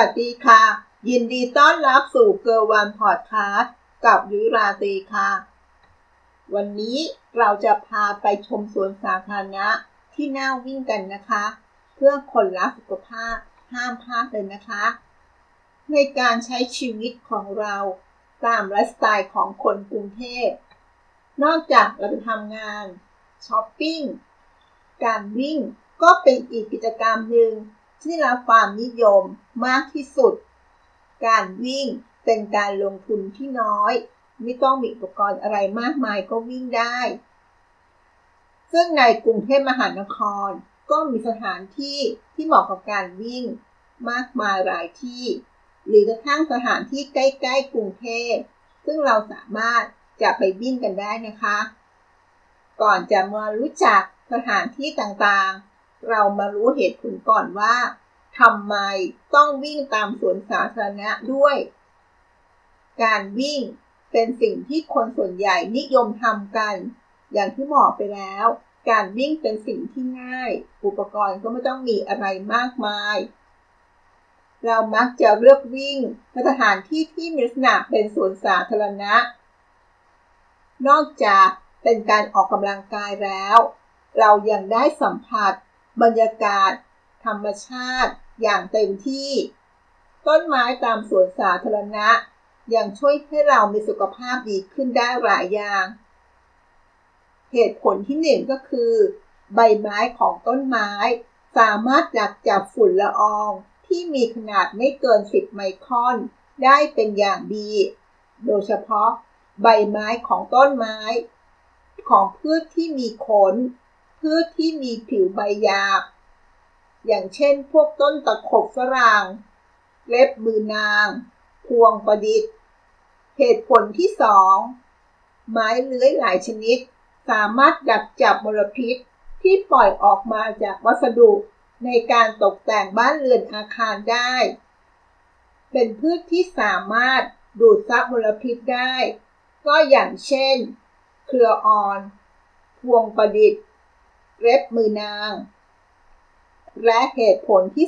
วัสดีค่ะยินดีต้อนรับสู่เกิร์ลวันพอดคาสต์กับยุ้ยราตรีค่ะวันนี้เราจะพาไปชมสวนสาธารณะที่น่าวิ่งกันนะคะเพื่อคนรักสุขภาพห้ามพลาดเลยนะคะในการใช้ชีวิตของเราตามไลฟ์สไตล์ของคนกรุงเทพนอกจากเราจะทำงานช้อปปิ้งการวิ่งก็เป็นอีกกิจกรรมหนึ่งที่ได้รับความนิยมมากที่สุดการวิ่งเป็นการลงทุนที่น้อยไม่ต้องมีอุปกรณ์อะไรมากมายก็วิ่งได้ซึ่งในกรุงเทพมหานครก็มีสถานที่ที่เหมาะกับการวิ่งมากมายหลายที่หรือกระทั่งสถานที่ใกล้ๆกรุงเทพซึ่งเราสามารถจะไปวิ่งกันได้นะคะก่อนจะมารู้จักสถานที่ต่างๆเรามารู้เหตุผลก่อนว่าทำไมต้องวิ่งตามสวนสาธารณะด้วยการวิ่งเป็นสิ่งที่คนส่วนใหญ่นิยมทำกันอย่างที่บอกไปแล้วการวิ่งเป็นสิ่งที่ง่ายอุปกรณ์ก็ไม่ต้องมีอะไรมากมายเรามักจะเลือกวิ่งในสถานที่ที่มีลักษณะเป็นสวนสาธารณะนอกจากเป็นการออกกำลังกายแล้วเรายังได้สัมผัสบรรยากาศธรรมชาติอย่างเต็มที่ต้นไม้ตามสวนสาธารณะยังช่วยให้เรามีสุขภาพดีขึ้นได้หลายอย่างเหตุผลที่หนึ่งก็คือใบไม้ของต้นไม้สามารถดักจับฝุ่นละอองที่มีขนาดไม่เกิน10 ไมครอนได้เป็นอย่างดีโดยเฉพาะใบไม้ของต้นไม้ของพืชที่มีขนพืชที่มีผิวใบหยาบอย่างเช่นพวกต้นตะขบฝรั่งเล็บมือนางพวงประดิษฐ์เหตุผลที่สองไม้เลื้อยหลายชนิดสามารถดักจับมลพิษที่ปล่อยออกมาจากวัสดุในการตกแต่งบ้านเรือนอาคารได้เป็นพืชที่สามารถดูดซับมลพิษได้ก็อย่างเช่นเครืออ่อนพวงประดิษฐ์เล็บมือนางและเหตุผลที่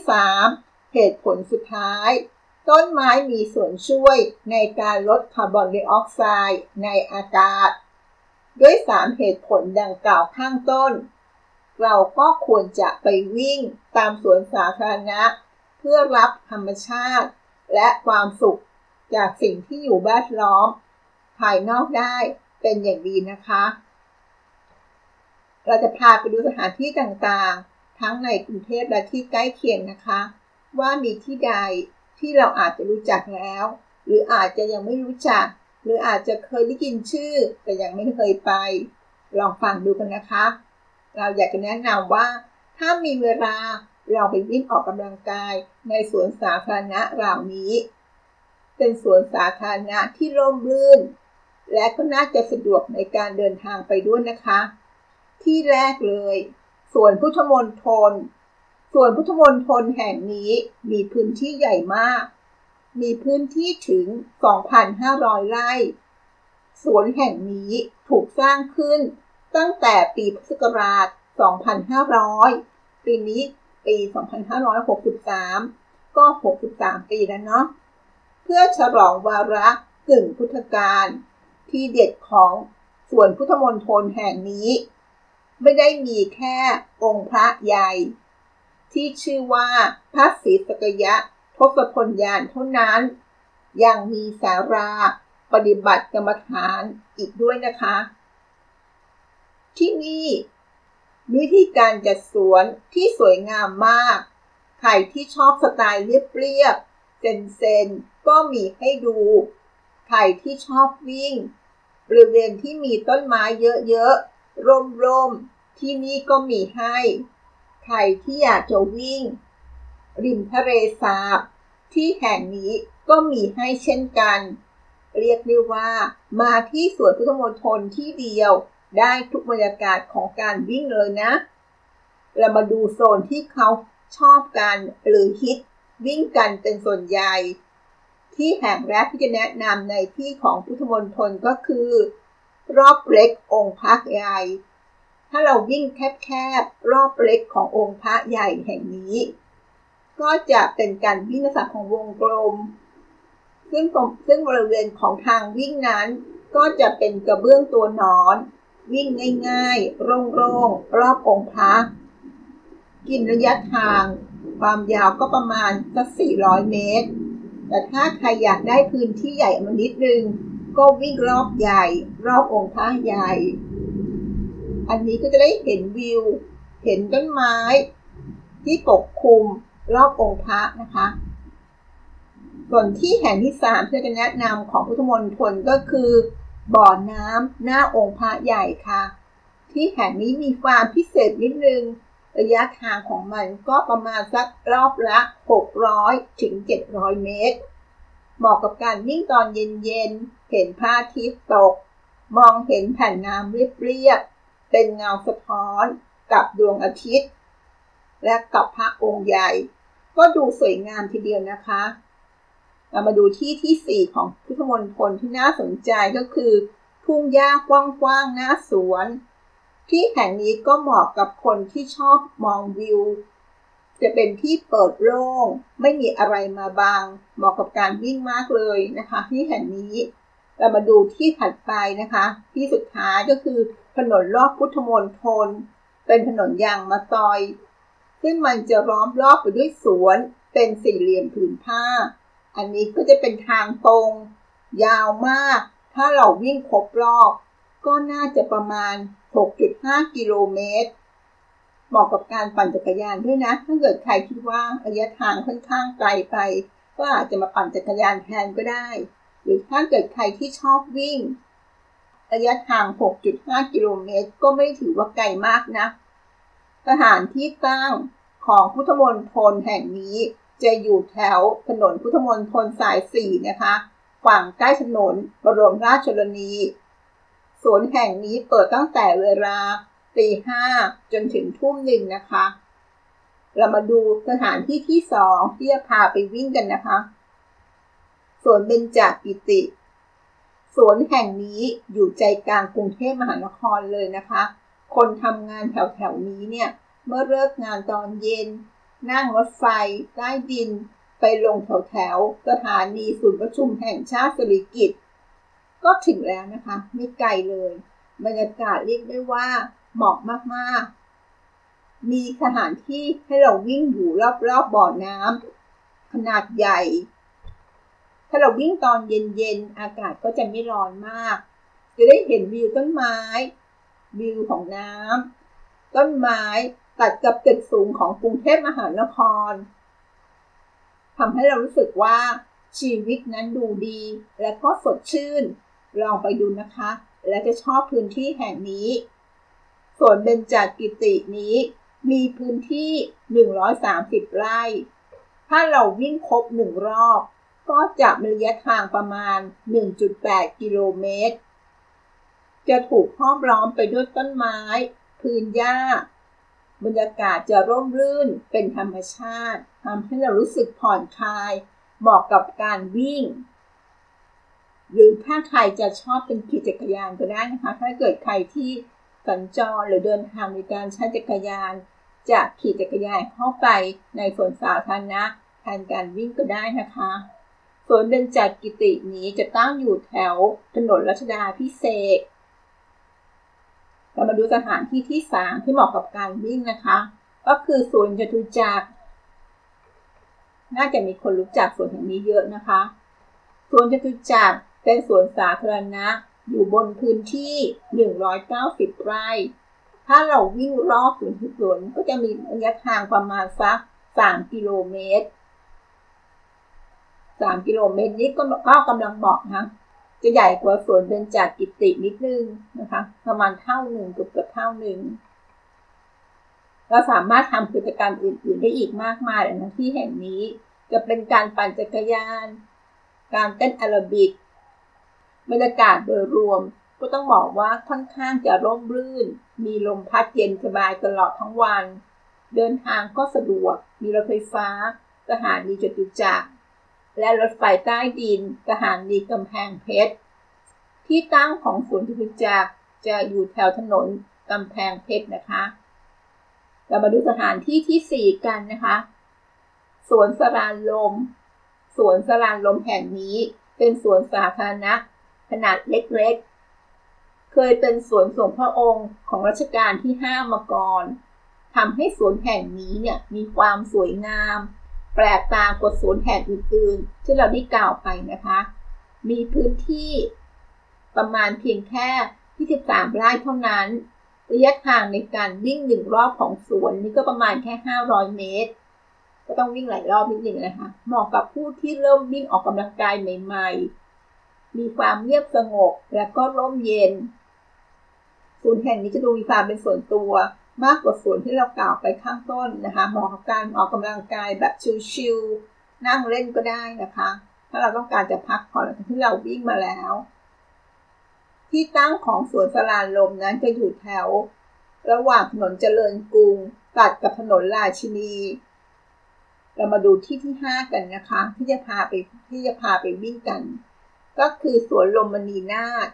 3เหตุผลสุดท้ายต้นไม้มีส่วนช่วยในการลดคาร์บอนไดออกไซด์ในอากาศด้วย3เหตุผลดังกล่าวข้างต้นเราก็ควรจะไปวิ่งตามสวนสาธารณะเพื่อรับธรรมชาติและความสุขจากสิ่งที่อยู่แวดล้อมภายนอกได้เป็นอย่างดีนะคะเราจะพาไปดูสถานที่ต่างๆทั้งในกรุงเทพและที่ใกล้เคียงนะคะว่ามีที่ใดที่เราอาจจะรู้จักแล้วหรืออาจจะยังไม่รู้จักหรืออาจจะเคยได้ยินชื่อแต่ยังไม่เคยไปลองฟังดูกันนะคะเราอยากจะแนะนำว่าถ้ามีเวลาเราไปวิ่งออกกำลังกายในสวนสาธารณะเหล่านี้เป็นสวนสาธารณะที่ร่มรื่นและก็น่าจะสะดวกในการเดินทางไปด้วยนะคะที่แรกเลยสวนพุทธมณฑลสวนพุทธมณฑลแห่งนี้มีพื้นที่ใหญ่มากมีพื้นที่ถึง 2,500 ไร่สวนแห่งนี้ถูกสร้างขึ้นตั้งแต่ปีพุทธศักราช 2,500 ปีนี้ปี 2,563 ก็ 63 ปีแล้วเนาะเพื่อฉลองวาระกึ่งพุทธกาลที่เด็ดของสวนพุทธมณฑลแห่งนี้ไม่ได้มีแค่องค์พระใหญ่ที่ชื่อว่าพระศรีสักยะทศพลยานเท่านั้นยังมีศาลาปฏิบัติกรรมฐานอีกด้วยนะคะที่นี่มีวิธีการจัดสวนที่สวยงามมากใครที่ชอบสไตล์เรียบๆเซนๆก็มีให้ดูใครที่ชอบวิ่งบริเวณที่มีต้นไม้เยอะๆร่มๆที่นี่ก็มีให้ใครที่อยากจะวิ่งริมทะเลสาบที่แห่งนี้ก็มีให้เช่นกันเรียกได้ว่ามาที่สวนพุทธมณฑลที่เดียวได้ทุกบรรยากาศของการวิ่งเลยนะเรามาดูโซนที่เขาชอบกันหรือฮิตวิ่งกันเป็นส่วนใหญ่ที่แห่งแรกที่จะแนะนำในที่ของพุทธมณฑลก็คือรอบเล็กองค์พระใหญ่ถ้าเราวิ่งแคบๆรอบเล็กขององค์พระใหญ่แห่งนี้ก็จะเป็นการวิ่งลักษณะของวงกลมซึ่งบริเวณของทางวิ่งนั้นก็จะเป็นกระเบื้องตัวหนอนวิ่งง่ายๆโล่งๆรอบองค์พระกินระยะทางความยาวก็ประมาณสัก400 เมตรแต่ถ้าใครอยากได้พื้นที่ใหญ่มานิดนึงก็วิ่งรอบใหญ่รอบองค์พระใหญ่อันนี้ก็จะได้เห็นวิวเห็นต้นไม้ที่ปกคลุมรอบองค์พระนะคะส่วนที่แห่งที่3ที่จะแนะนำของพุทธมณฑลก็คือบ่อน้ำหน้าองค์พระใหญ่ค่ะที่แห่งนี้มีความพิเศษนิดนึงระยะทางของมันก็ประมาณสักรอบละ600 ถึง 700 เมตรเหมาะกับการวิ่งตอนเย็นๆเห็นพระอาทิตย์ตกมองเห็นแผ่นน้ำเรียบๆเป็นเงาสะท้อนกับดวงอาทิตย์และกับพระองค์ใหญ่ก็ดูสวยงามทีเดียวนะคะเรามาดูที่4ของพุทธมณฑลที่น่าสนใจก็คือทุ่งหญ้ากว้างๆหน้าสวนที่แห่งนี้ก็เหมาะกับคนที่ชอบมองวิวจะเป็นที่เปิดโล่งไม่มีอะไรมาบังเหมาะกับการวิ่งมากเลยนะคะที่แห่งนี้เรามาดูที่ถัดไปนะคะที่สุดท้ายก็คือถนนรอบพุทธมณฑลเป็นถนนยางมะตอยซึ่งมันจะล้อมรอบไปด้วยสวนเป็นสี่เหลี่ยมผืนผ้าอันนี้ก็จะเป็นทางตรงยาวมากถ้าเราวิ่งครบรอบก็น่าจะประมาณ 6.5 กิโลเมตรเหมาะกับการปั่นจักรยานด้วยนะถ้าเกิดใครคิดว่าระยะทางค่อนข้างไกลไปก็อาจจะมาปั่นจักรยานแทนก็ได้หรือถ้าเกิดใครที่ชอบวิ่งระยะทาง 6.5 กิโลเมตรก็ไม่ถือว่าไกลมากนะสถานที่ตั้งของพุทธมณฑลแห่งนี้จะอยู่แถวถนนพุทธมณฑลสาย 4นะคะฝั่งใกล้ถนนบรมราชชนนีสวนแห่งนี้เปิดตั้งแต่เวลา 5:00 จนถึง 1:00 นะคะเรามาดูสถานที่ที่2ที่จะพาไปวิ่งกันนะคะสวนเบญจกิติสวนแห่งนี้อยู่ใจกลางกรุงเทพมหานครเลยนะคะคนทำงานแถวนี้เนี่ยเมื่อเลิกงานตอนเย็นนั่งรถไฟใต้ดินไปลงแถวสถานีศูนย์ประชุมแห่งชาติสิริกิติ์ก็ถึงแล้วนะคะไม่ไกลเลยบรรยากาศเรียกได้ว่าเหมาะมากๆมีสถานที่ให้เราวิ่งอยู่รอบๆบ่อน้ำขนาดใหญ่ถ้าเราวิ่งตอนเย็นๆอากาศก็จะไม่ร้อนมากจะได้เห็นวิวต้นไม้วิวของน้ำต้นไม้ตัดกับตึกสูงของกรุงเทพมหานครทำให้เรารู้สึกว่าชีวิตนั้นดูดีและก็สดชื่นลองไปดูนะคะและจะชอบพื้นที่แห่งนี้สวนเบญจกิตินี้มีพื้นที่130 ไร่ถ้าเราวิ่งครบ1 รอบก็จะมีระยะทางประมาณ 1.8 กิโลเมตรจะถูกห้อมล้อมไปด้วยต้นไม้พื้นหญ้าบรรยากาศจะร่มรื่นเป็นธรรมชาติทำให้เรารู้สึกผ่อนคลายเหมาะกับการวิ่งหรือถ้าใครจะชอบเป็นขี่จักรยานก็ได้นะคะถ้าเกิดใครที่สัญจรหรือเดินทางในการใช้จักรยานจะขี่จักรยานเข้าไปในสวนสาธารณะแทนการวิ่งก็ได้นะคะสวนเบญจกิตินี้จะตั้งอยู่แถวถนนรัชดาภิเษกเรามาดูสถานที่ที่3ที่เหมาะกับการวิ่งนะคะก็คือสวนจตุจักรน่าจะมีคนรู้จักสวนแห่งนี้เยอะนะคะสวนจตุจักรเป็นสวนสาธารณะอยู่บนพื้นที่190 ไร่ถ้าเราวิ่งรอบสวนก็จะมีระยะทางประมาณสัก3 กิโลเมตร3 กิโลเมตรนี้ก็กำลังเหมาะนะจะใหญ่กว่าสวนเบญจกิตินิดนึงนะคะประมาณเท่าหนึ่งเกือบเท่าหนึ่งเราสามารถทำกิจกรรมอื่นๆได้อีกมากมายเลยนะที่แห่งนี้จะเป็นการปั่นจักรยานการเต้นแอโรบิกบรรยากาศโดยรวมก็ต้องบอกว่าค่อนข้างจะร่มรื่นมีลมพัดเย็นสบายตลอดทั้งวันเดินทางก็สะดวกมีรถไฟฟ้าสถานีจตุจักรและรถไฟใต้ดินสถานีกำแพงเพชรที่ตั้งของสวนจตุจักรจะอยู่แถวถนนกำแพงเพชรนะคะเรามาดูสถานที่ที่4กันนะคะสวนสรานลมแห่งนี้เป็นสวนสาธารณะขนาดเล็กๆเคยเป็นสวนส่วนพระองค์ของรัชกาลที่5มาก่อนทำให้สวนแห่งนี้เนี่ยมีความสวยงามแปลกตากว่าสวนแห่งอื่นๆที่เราได้กล่าวไปนะคะมีพื้นที่ประมาณเพียงแค่23ไร่เท่านั้นระยะทางในการวิ่ง1รอบของสวนนี่ก็ประมาณแค่500เมตรก็ต้องวิ่งหลายรอบนิดนึงนะคะเหมาะกับผู้ที่เริ่มวิ่งออกกำลังกายใหม่ๆมีความเงียบสงบและก็ร่มเย็นสวนแห่งนี้จะดูมีความเป็นส่วนตัวมากกว่าสวนที่เรากล่าวไปข้างต้นนะคะเหมาะกับการออกกำลังกายแบบชิลๆนั่งเล่นก็ได้นะคะถ้าเราต้องการจะพักผ่อนหลังจากที่เราวิ่งมาแล้วที่ตั้งของสวนสรานลมนั้นจะอยู่แถวระหว่างถนนเจริญกรุงตัดกับถนนราชินีเรามาดูที่5กันนะคะที่จะพาไปวิ่งกันก็คือสวนลมณีนาถ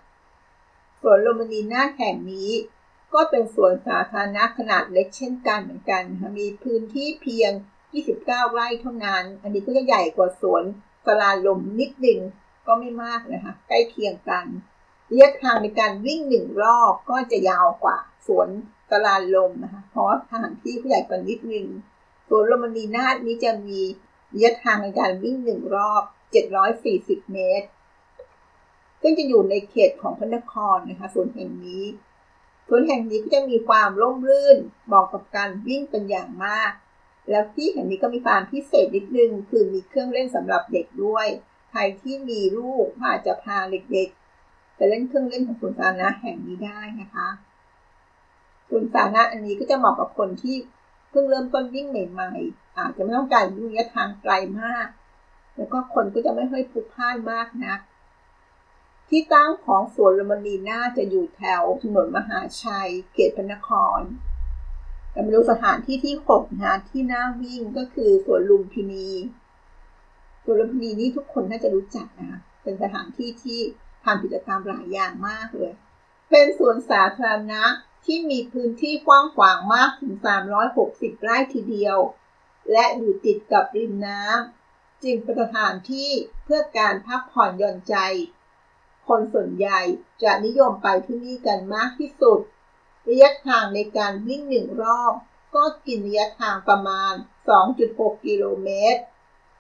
แห่งนี้ก็เป็นสวนสาธารณะขนาดเล็กเช่นกันเหมือนกันมีพื้นที่เพียง29ไร่เท่านั้นอันนี้ก็จะใหญ่กว่าสวนสรานลมนิดนึงก็ไม่มากนะคะใกล้เคียงกันระยะทางในการวิ่ง1รอบก็จะยาวกว่าสวนสรานลมนะคะเพราะสถานที่ใหญ่กว่านิดนึงสวนลมณีนาถนี้จะมีระยะทางในการวิ่ง1รอบ740เมตรซึ่งจะอยู่ในเขตของพระนครนะคะสวนแห่งนี้ก็จะมีความร่มรื่นเหมาะกับการวิ่งเป็นอย่างมากแล้วที่แห่งนี้ก็มีความพิเศษนิดนึงคือมีเครื่องเล่นสำหรับเด็กด้วยใครที่มีลูกอาจจะพาเด็กๆไปเล่นเครื่องเล่นของสวนสาธารณะแห่งนี้ได้นะคะสวนสาธารณะอันนี้ก็จะเหมาะกับคนที่เพิ่งเริ่มต้นวิ่งใหม่ๆอาจจะไม่ต้องการวิ่งระยะทางไกลมากแล้วก็คนก็จะไม่ค่อยพลุกพล่านมากนักที่ตั้งของสวนลมณีนาถจะอยู่แถวถนนมหาชัยเขตพระนครแต่มาดูสถานที่ที่6นะคะที่น่าวิ่งก็คือสวนลุมพินีนี่ทุกคนน่าจะรู้จักนะคะเป็นสถานที่ที่ทำกิจกรรมหลายอย่างมากเลยเป็นสวนสาธารณะที่มีพื้นที่กว้างขวางมากถึง360ไร่ทีเดียวและอยู่ติดกับริมน้ำจึงเป็นสถานที่เพื่อการพักผ่อนหย่อนใจคนส่วนใหญ่จะนิยมไปที่นี่กันมากที่สุดระยะทางในการวิ่ง1รอบก็กินระยะทางประมาณ 2.6 กิโลเมตร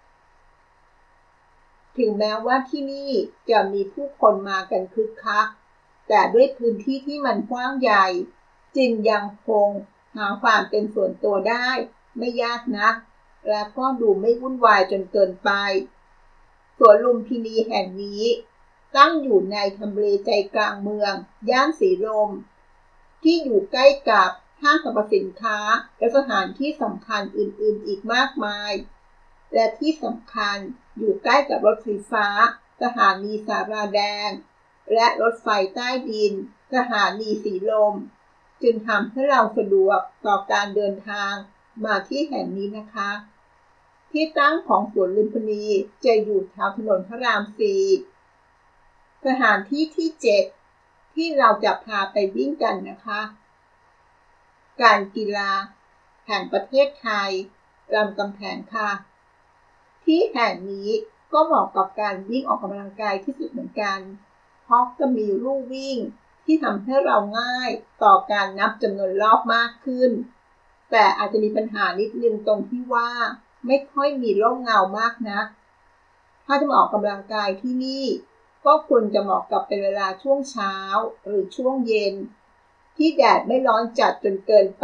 ถึงแม้ว่าที่นี่จะมีผู้คนมากันคึกคักแต่ด้วยพื้นที่ที่มันกว้างใหญ่จึงยังคงหาความเป็นส่วนตัวได้ไม่ยากนักและก็ดูไม่วุ่นวายจนเกินไปสวนลุมพินีแห่งนี้ตั้งอยู่ในทำเลใจกลางเมืองย่านสีลมที่อยู่ใกล้กับห้างสรรพสินค้าและสถานที่สำคัญอื่นๆอีกมากมายและที่สำคัญอยู่ใกล้กับรถไฟฟ้าสถานีสาราแดงและรถไฟใต้ดินสถานีสีลมจึงทำให้เราสะดวกต่อการเดินทางมาที่แห่งนี้นะคะที่ตั้งของสวนลุมพินีจะอยู่แถวถนนพระราม 4สถานที่ที่7ที่เราจะพาไปวิ่งกันนะคะการกีฬาแห่งประเทศไทยรามคำแหงค่ะที่แห่งนี้ก็เหมาะกับการวิ่งออกกำลังกายที่สุดเหมือนกันเพราะจะมีลู่วิ่งที่ทำให้เราง่ายต่อการนับจำนวนรอบมากขึ้นแต่อาจจะมีปัญหานิดนึงตรงที่ว่าไม่ค่อยมีร่มเงามากนักถ้าจะมาออกกำลังกายที่นี่ก็ควรจะเหมาะกับเป็นเวลาช่วงเช้าหรือช่วงเย็นที่แดดไม่ร้อนจัดจนเกินไป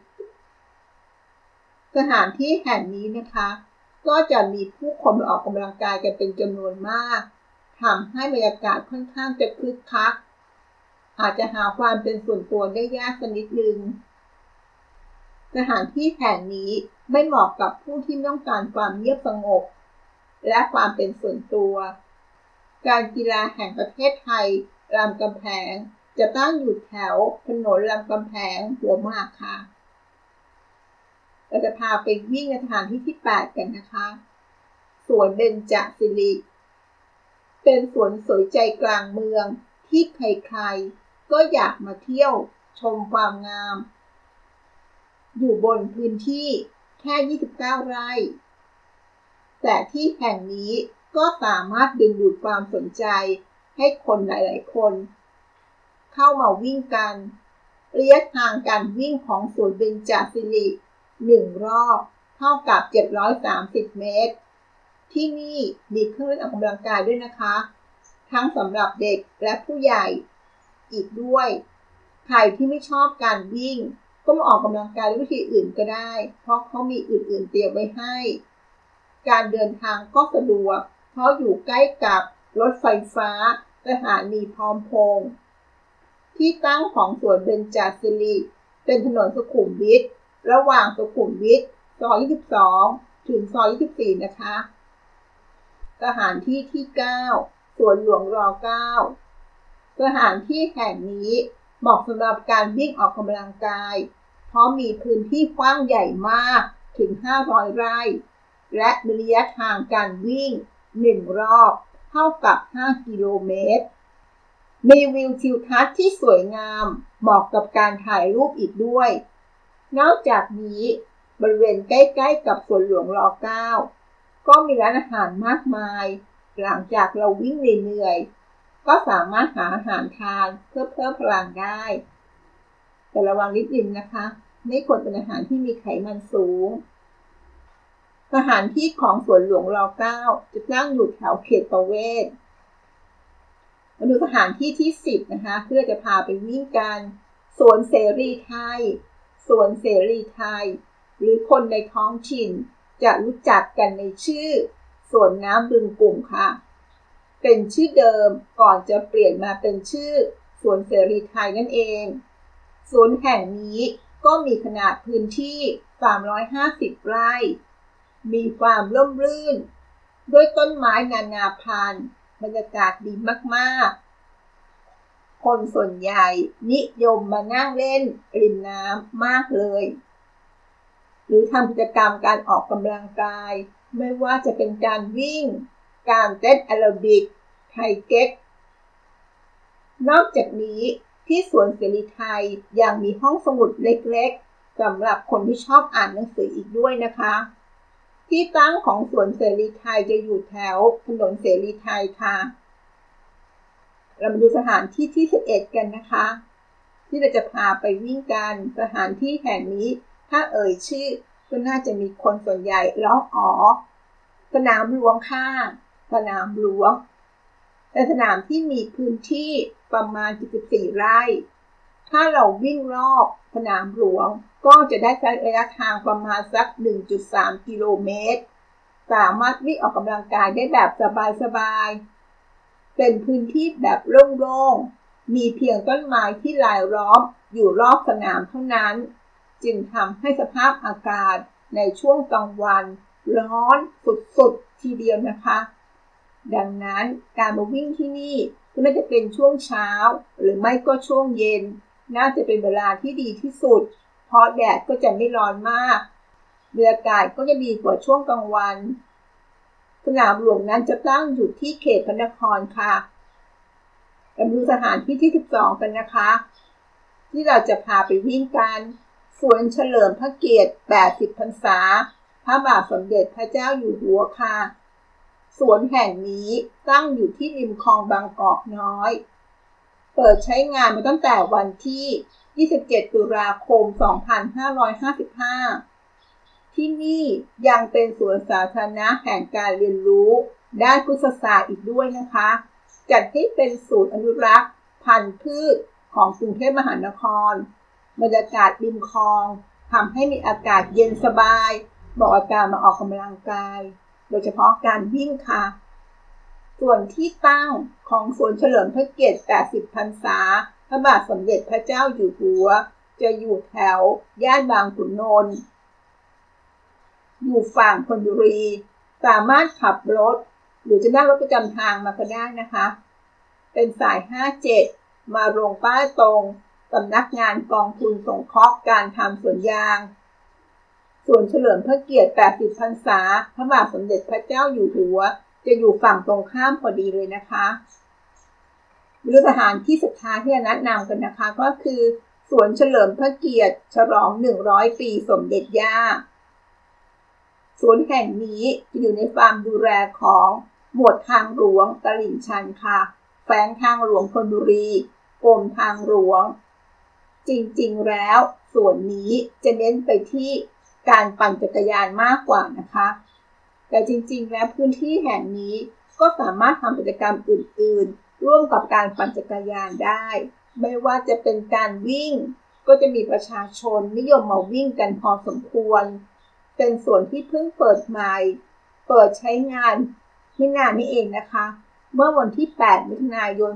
สถานที่แห่งนี้นะคะก็จะมีผู้คนมาออกกำลังกายกันเป็นจำนวนมากทำให้บรรยากาศค่อนข้างจะคึกคักอาจจะหาความเป็นส่วนตัวได้ยากสักนิดนึงสถานที่แห่งนี้ไม่เหมาะกับผู้ที่ต้องการความเงียบสงบและความเป็นส่วนตัวการกีฬาแห่งประเทศไทยรามคำแหงจะตั้งอยู่แถวถนนรามคำแหงหัวหมากค่ะเราจะพาไปวิ่งในสถานที่ที่8กันนะคะสวนเบญจศิริเป็นสวนสวยใจกลางเมืองที่ใครๆก็อยากมาเที่ยวชมความงามอยู่บนพื้นที่แค่29ไร่แต่ที่แห่งนี้ก็สามารถดึงดูดความสนใจให้คนหลายๆคนเข้ามาวิ่งกันระยะทางการวิ่งของสวนเบญจศิริ1รอบเท่ากับ730เมตรที่นี่มีเครื่องเล่นออกกำลังกายด้วยนะคะทั้งสำหรับเด็กและผู้ใหญ่อีกด้วยใครที่ไม่ชอบการวิ่งก็มาออกกำลังกายด้วยวิธีอื่นก็ได้เพราะเขามีอื่นๆเตรียมไว้ให้การเดินทางก็สะดวกเพราะอยู่ใกล้กับรถไฟฟ้าสถานีพร้อมพงษ์ที่ตั้งของสวนเบญจศิริเป็นถนนสุขุมวิทระหว่างสุขุมวิทซอย22ถึงซอย24นะคะสถานที่ที่9สวนหลวงร9สถานที่แห่งนี้เหมาะสำหรับการวิ่งออกกำลังกายเพราะมีพื้นที่กว้างใหญ่มากถึง500ไร่และระยะทางการวิ่ง1รอบเท่ากับ5กิโลเมตรมีวิวทิวทัศน์ที่สวยงามเหมาะกับการถ่ายรูปอีกด้วยนอกจากนี้บริเวณใกล้ๆกับสวนหลวงร9ก็มีร้านอาหารมากมายหลังจากเราวิ่งเหนื่อยๆก็สามารถหาอาหารทานเพื่อเพิ่มพลังได้แต่ระวังนิดนึงนะคะไม่ควรเป็นอาหารที่มีไขมันสูงสถานที่ของสวนหลวงร9จะตั้งอยู่แถวเขตประเวศมาดูสถานที่ที่10นะคะเพื่อจะพาไปวิ่งกันสวนเสรีไทยสวนเสรีไทยหรือคนในท้องถิ่นจะรู้จักกันในชื่อสวนน้ำบึงกุ่มค่ะเป็นชื่อเดิมก่อนจะเปลี่ยนมาเป็นชื่อสวนเสรีไทยนั่นเองสวนแห่งนี้ก็มีขนาดพื้นที่350ไร่มีความร่มรื่นด้วยต้นไม้นานาพันธุ์บรรยากาศดีมากๆคนส่วนใหญ่นิยมมานั่งเล่นริมน้ำมากเลยหรือทำกิจกรรมการออกกำลังกายไม่ว่าจะเป็นการวิ่งการเต้นแอโรบิกไทเก๊กนอกจากนี้ที่สวนเสรีไทยยังมีห้องสมุดเล็กๆสำหรับคนที่ชอบอ่านหนังสืออีกด้วยนะคะที่ตั้งของสวนเสรีไทยจะอยู่แถวถนนเสรีไทยค่ะเรามาดูสถานที่ที่11กันนะคะที่เราจะพาไปวิ่งกันสถานที่แห่งนี้ถ้าเอ่ยชื่อก็น่าจะมีคนส่วนใหญ่ร้องอ๋อสนามหลวงค่ะสนามหลวงเป็นสนามที่มีพื้นที่ประมาณ74ไร่ถ้าเราวิ่งรอบสนามหลวงก็จะได้ระยะทางประมาณสัก 1.3 กิโลเมตรสามารถวิ่งออกกำลังกายได้แบบสบายๆเป็นพื้นที่แบบโล่งๆมีเพียงต้นไม้ที่รายล้อมอยู่รอบสนามเท่านั้นจึงทำให้สภาพอากาศในช่วงกลางวันร้อนสุดๆทีเดียวนะคะดังนั้นการมาวิ่งที่นี่ก็น่าจะเป็นช่วงเช้าหรือไม่ก็ช่วงเย็นน่าจะเป็นเวลาที่ดีที่สุดเพราะแดดก็จะไม่ร้อนมากบรรยากาศก็จะดีกว่าช่วงกลางวันสนามหลวงนั้นจะตั้งอยู่ที่เขตพระนครค่ะเราดูสถานที่ที่12กันนะคะที่เราจะพาไปวิ่งกันสวนเฉลิมพระเกียรติ80พรรษาพระบาทสมเด็จพระเจ้าอยู่หัวค่ะสวนแห่งนี้ตั้งอยู่ที่ริมคลองบางกอกน้อยเปิดใช้งานมาตั้งแต่วันที่27ตุลาคม2555ที่นี่ยังเป็นสวนสาธารณะแห่งการเรียนรู้ด้านพฤกษศาสตร์อีกด้วยนะคะจัดให้เป็นศูนย์อนุรักษ์พันธุ์พืชของกรุงเทพมหานครบรรยากาศริมคลองทำให้มีอากาศเย็นสบายเหมาะกับการมาออกกำลังกายโดยเฉพาะการวิ่งค่ะส่วนที่ตั้งของสวนเฉลิมพระเกียรติ80พรรษาพระบาทสมเด็จพระเจ้าอยู่หัวจะอยู่แถวย่านบางขุนนนท์อยู่ฝั่งธนบุรีสามารถขับรถหรือจะนั่งรถประจำทางมาก็ได้นะคะเป็นสาย57มาลงป้ายตรงสำนักงานกองทุนสงเคราะห์การทำสวนยางสวนเฉลิมพระเกียรติ80พรรษาพระบาทสมเด็จพระเจ้าอยู่หัวจะอยู่ฝั่งตรงข้ามพอดีเลยนะคะสถานที่สุดท้ายที่จะแนะนำกันนะคะก็คือสวนเฉลิมพระเกียรติฉลอง100ปีสมเด็จย่าสวนแห่งนี้จะอยู่ในความดูแลของหมวดทางหลวงตลิ่งชันค่ะแขวงทางหลวงธนบุรีกรมทางหลวงจริงๆแล้วส่วนนี้จะเน้นไปที่การปั่นจักรยานมากกว่านะคะแต่จริงๆแล้วพื้นที่แห่งนี้ก็สามารถทำกิจกรรมอื่นๆร่วมกับการปั่นจักรยานได้ไม่ว่าจะเป็นการวิ่งก็จะมีประชาชนนิยมมาวิ่งกันพอสมควรเป็นส่วนที่เพิ่งเปิดใหม่เปิดใช้งานไม่นานนี้เองนะคะเมื่อวันที่8มิถุนายน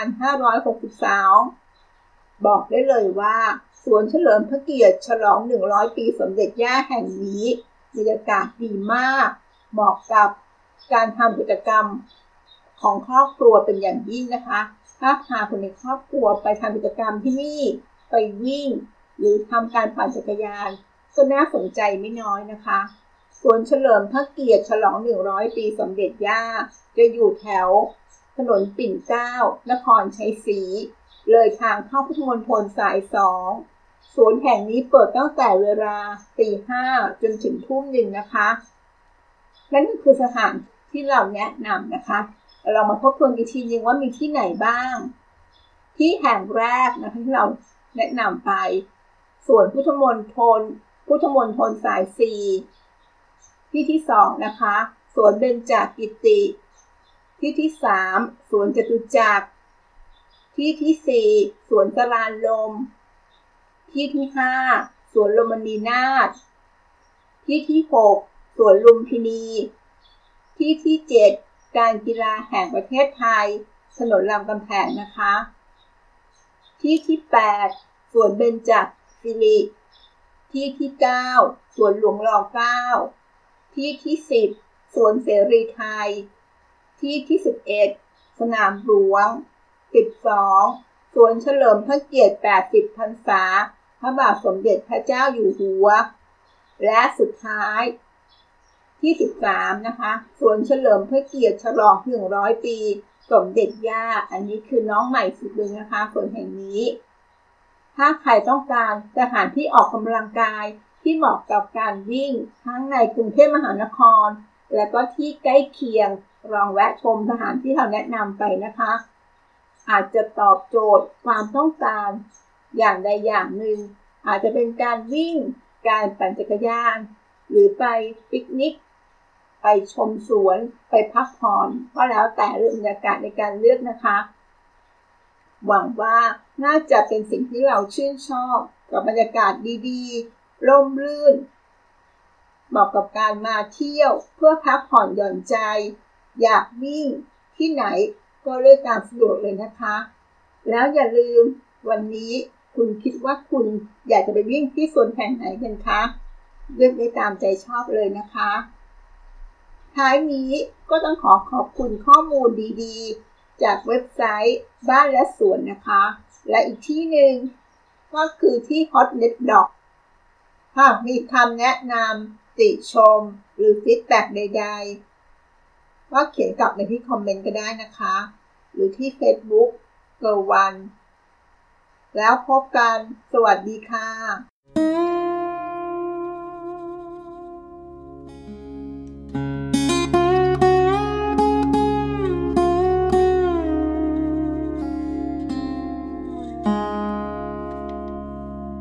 2563บอกได้เลยว่าสวนเฉลิมพระเกียรติฉลอง100ปีสมเด็จย่าแห่งนี้บรรยากาศดีมากเหมาะกับการทำกิจกรรมของครอบครัวเป็นอย่างยิ่งนะคะถ้าพาคนในครอบครัวไปทำกิจกรรมที่นี่ไปวิ่งหรือทำการปั่นจักรยานก็น่าสนใจไม่น้อยนะคะสวนเฉลิมพระเกียรติฉลอง100ปีสมเด็จย่าจะอยู่แถวถนนปิ่นเกล้านครชัยศรีเลยทางเข้าพุทธมณฑลสาย2สวนแห่งนี้เปิดตั้งแต่เวลา 5:00 จนถึง 1:00 นะคะนั่นก็คือสถานที่เราแนะนำนะคะเรามาทบทวนอีกทีนึงว่ามีที่ไหนบ้างที่แห่งแรกนะคะที่เราแนะนำไปสวนพุทธมณฑลสาย4ที่ที่2นะคะสวนเบญจกิติที่ที่3สวนจตุจักรที่ที่4สวนสรานลมที่ที่5สวนลมณีนาถที่ที่6สวนลุมพินีที่ที่7การกีฬาแห่งประเทศไทยถนนรามคำแหงนะคะที่ที่8สวนเบญจศิริที่ที่9สวนหลวงร9ที่ที่10สวนเสรีไทยที่ที่11สนามหลวง12สวนเฉลิมพระเกียรติ80พรรษาพระบาทสมเด็จพระเจ้าอยู่หัวและสุดท้ายที่13นะคะสวนเฉลิมพระเกียรติฉลอง100ปีสมเด็จย่าอันนี้คือน้องใหม่สุดเลยนะคะสวนแห่งนี้ถ้าใครต้องการสถานที่ออกกำลังกายที่เหมาะกับการวิ่งทั้งในกรุงเทพมหานครและก็ที่ใกล้เคียงลองแวะชมสถานที่เราแนะนำไปนะคะอาจจะตอบโจทย์ความต้องการอย่างใดอย่างหนึ่งอาจจะเป็นการวิ่งการปั่นจักรยานหรือไปปิกนิกไปชมสวนไปพักผ่อนก็แล้วแต่เรื่องบรรยากาศในการเลือกนะคะหวังว่าน่าจะเป็นสิ่งที่เราชื่นชอบกับบรรยากาศดีๆร่มรื่นเหมาะกับการมาเที่ยวเพื่อพักผ่อนหย่อนใจอยากวิ่งที่ไหนก็เลือกตามสะดวกเลยนะคะแล้วอย่าลืมวันนี้คุณคิดว่าคุณอยากจะไปวิ่งที่สวนแห่งไหนกันคะเลือกได้ตามใจชอบเลยนะคะท้ายนี้ก็ต้องขอบคุณข้อมูลดีๆจากเว็บไซต์บ้านและสวนนะคะและอีกที่หนึ่งก็คือที่ Hotnet.doc หากมีคำแนะนำติชมหรือฟีดแบ็กใดๆก็เขียนกลับในที่คอมเมนต์ก็ได้นะคะหรือที่ Facebook Girl One แล้วพบกันสวัสดีค่ะ